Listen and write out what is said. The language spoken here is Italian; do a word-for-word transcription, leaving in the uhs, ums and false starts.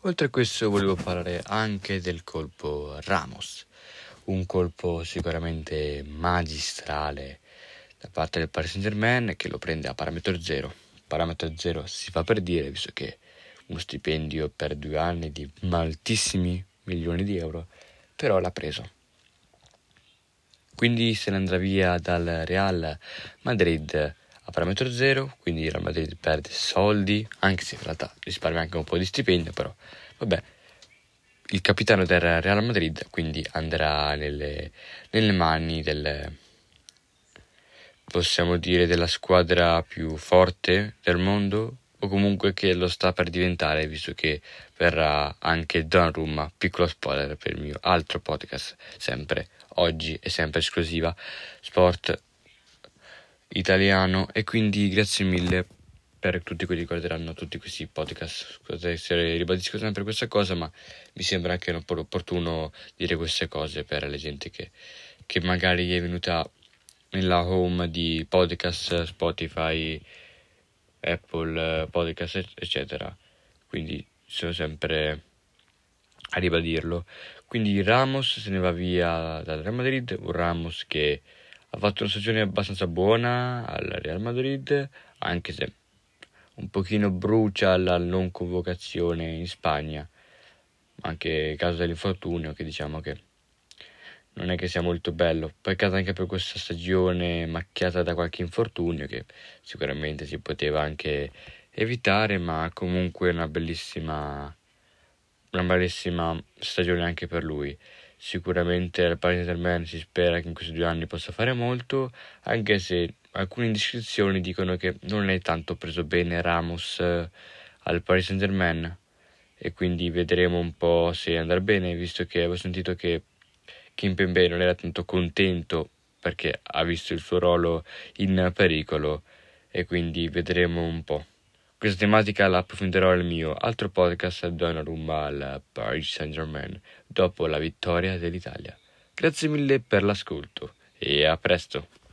Oltre a questo volevo parlare anche del colpo Ramos, un colpo sicuramente magistrale da parte del Paris Saint-Germain che lo prende a parametro zero. Parametro zero si fa per dire, visto che uno stipendio per due anni di altissimi milioni di euro, però l'ha preso. Quindi se ne andrà via dal Real Madrid a parametro zero, quindi il Real Madrid perde soldi, anche se in realtà risparmia anche un po' di stipendio, però vabbè, il capitano del Real Madrid quindi andrà nelle, nelle mani del, possiamo dire, della squadra più forte del mondo, o comunque che lo sta per diventare, visto che verrà anche Donnarumma, piccolo spoiler per il mio altro podcast, sempre oggi e sempre esclusiva sport italiano. E quindi grazie mille per tutti quelli che guarderanno tutti questi podcast. Scusate se ribadisco sempre questa cosa, ma mi sembra anche un po' opportuno dire queste cose per la gente che, che magari è venuta nella home di podcast, Spotify, Apple Podcast, eccetera. Quindi sono sempre a ribadirlo. Quindi Ramos se ne va via dal Real Madrid, un Ramos che ha fatto una stagione abbastanza buona al Real Madrid, anche se un pochino brucia la non convocazione in Spagna, anche a causa dell'infortunio, che diciamo che non è che sia molto bello. Peccato anche per questa stagione macchiata da qualche infortunio che sicuramente si poteva anche evitare, ma comunque una bellissima una bellissima stagione anche per lui. Sicuramente al Paris Saint-Germain si spera che in questi due anni possa fare molto, anche se alcune indiscrezioni dicono che non è tanto preso bene Ramos eh, al Paris Saint-Germain, e quindi vedremo un po' se andrà bene, visto che avevo sentito che Kimpembe non era tanto contento perché ha visto il suo ruolo in pericolo, e quindi vedremo un po'. Questa tematica la approfondirò nel mio altro podcast Donnarumma al Paris Saint-Germain dopo la vittoria dell'Italia. Grazie mille per l'ascolto e a presto.